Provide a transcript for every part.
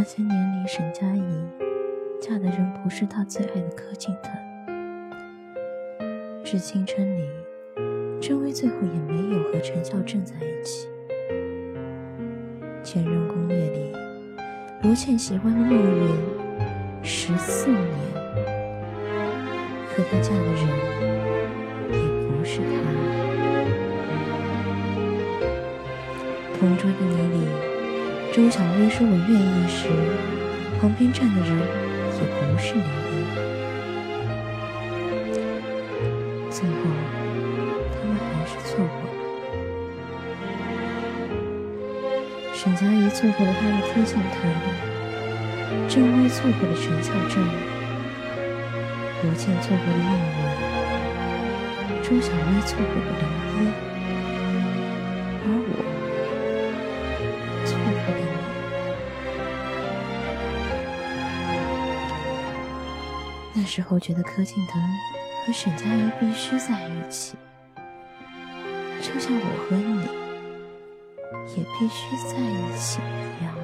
些年里，沈佳宜嫁的人不是她最爱的柯敬腾。致青春里，郑薇最后也没有和陈孝正在一起。前任攻略里，罗茜喜欢了孟云14年，可她嫁的人也不是他。同桌的你里，周小薇说我愿意时，旁边站的人也不是林一。最后他们还是错过了。沈佳宜错过了他的柯敬腾，郑薇错过了陈孝正，罗茜错过了孟云，周小薇错过了林一，而我错过了你。那时候觉得柯敬腾和沈佳宜必须在一起，就像我和你也必须在一起一样。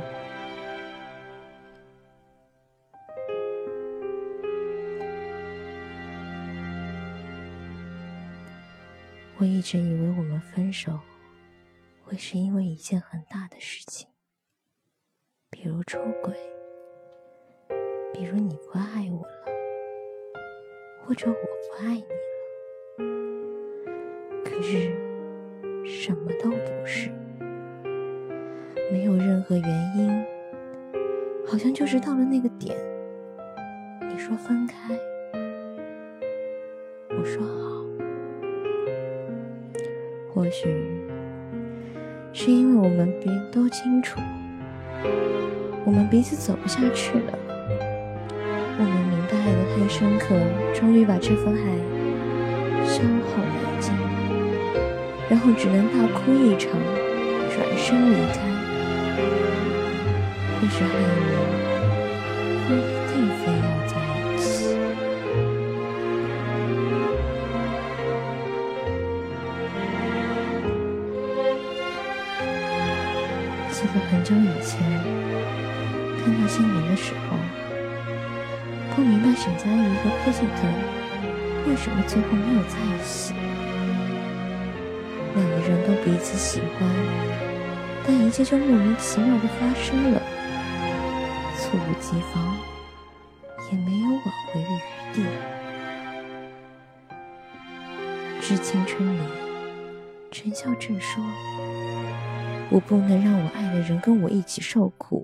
我一直以为我们分手会是因为一件很大的事情，比如出轨，比如你不爱我了，或者我不爱你了。可是什么都不是，没有任何原因，好像就是到了那个点，你说分开，我说好。或许是因为我们都清楚，我们彼此走不下去了，我们明白爱得太深刻，终于把这份爱消耗殆尽，然后只能大哭一场，转身离开。或许爱你不一定非要在一起。记得很久以前看到新闻的时候，不明白沈佳宜和柯敬腾为什么最后没有在一起。两个人都彼此喜欢，但一切就莫名其妙地发生了，猝不及防，也没有挽回的余地。致青春里，陈孝正说，我不能让我爱的人跟我一起受苦。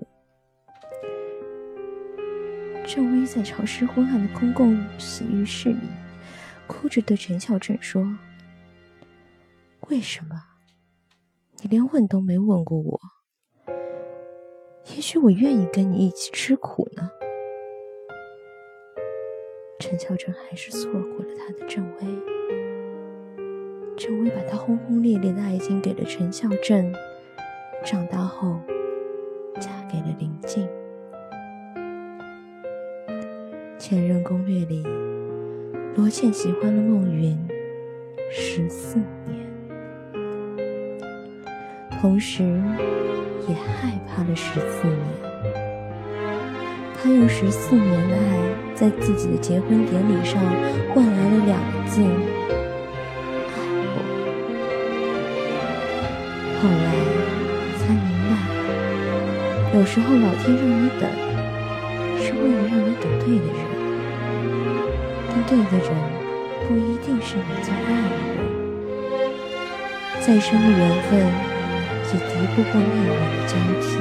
郑薇在潮湿昏暗的公共洗浴室里，哭着对陈孝正说，为什么你连问都没问过我？也许我愿意跟你一起吃苦呢。陈孝正还是错过了他的郑薇。郑薇把他轰轰烈烈的爱情给了陈孝正，长大后嫁给了林静。前任攻略里，罗茜喜欢了孟云14年，同时也害怕了14年。他用14年的爱，在自己的结婚典礼上换来了2个字，爱我。后来才明白，有时候老天让你等，是为了让你等对的人，但对的人不一定是你最爱的人。再深的缘分也敌不过命运的交替。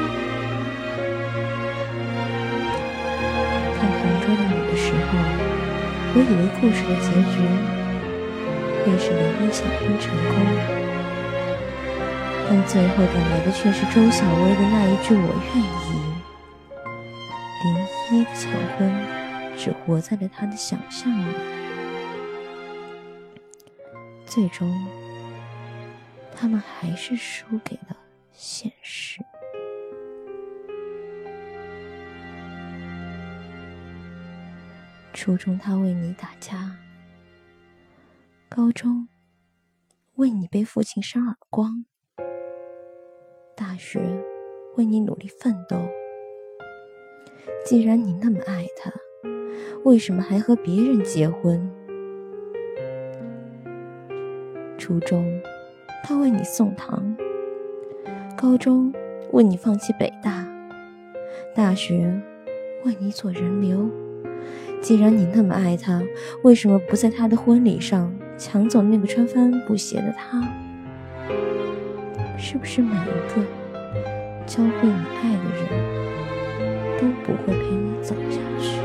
看同桌的你的时候，我以为故事的结局会是林一抢婚成功，但最后等来的却是周小薇的那一句我愿意。林一的抢婚只活在了他的想象里，最终他们还是输给了现实。初中他为你打架，高中为你被父亲扇耳光，大学为你努力奋斗， 既然你那么爱他，为什么还和别人结婚？初中，他为你送糖；高中，为你放弃北大；大学，为你做人流。既然你那么爱他，为什么不在他的婚礼上抢走那个穿帆布鞋的他？是不是每一个教会你爱的人都不会陪你走下去？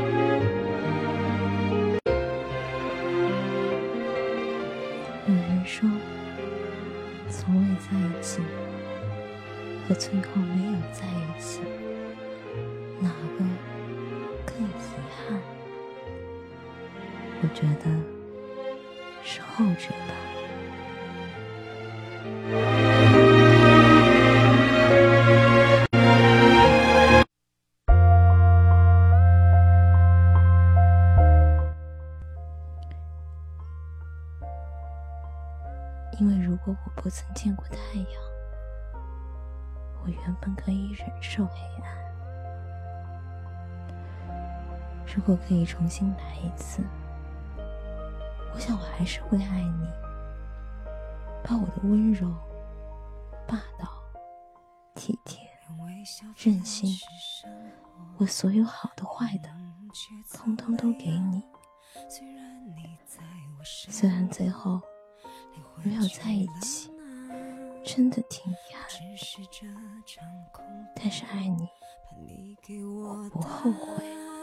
有人说，从未在一起和最后没有在一起，哪个更遗憾？我觉得是后者吧。因为如果我不曾见过太阳，我原本可以忍受黑暗。如果可以重新来一次，我想我还是会爱你，把我的温柔、霸道、体贴、任性，我所有好的坏的通通都给你。虽然最后没有在一起，真的挺遗憾，但是爱你我不后悔。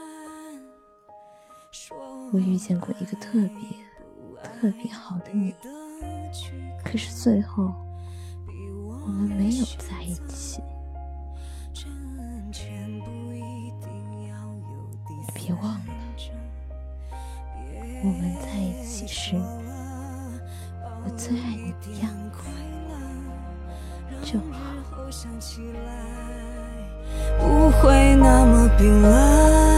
我遇见过一个特别好的你，可是最后我们没有在一起。别忘了，我们在一起时我最爱你的样子就好， 不会那么冰冷。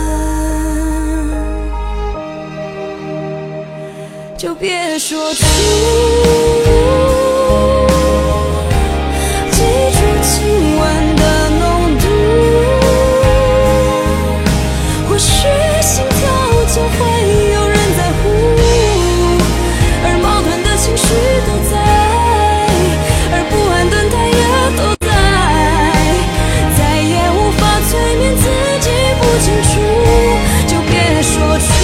就别说出，记住今晚的浓度，或许心跳就会有人在乎，而矛盾的情绪都在，而不安等待也都在，再也无法催眠自己不清楚，就别说出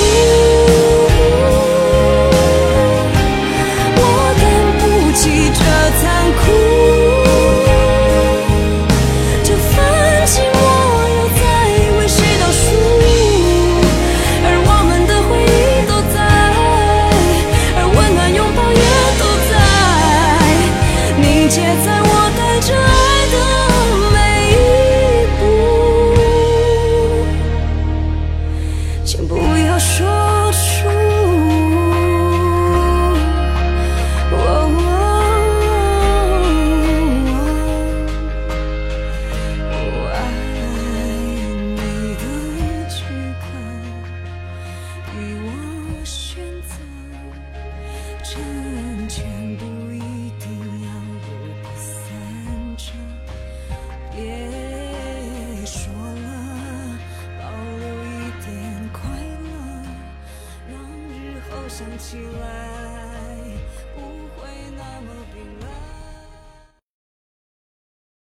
想起来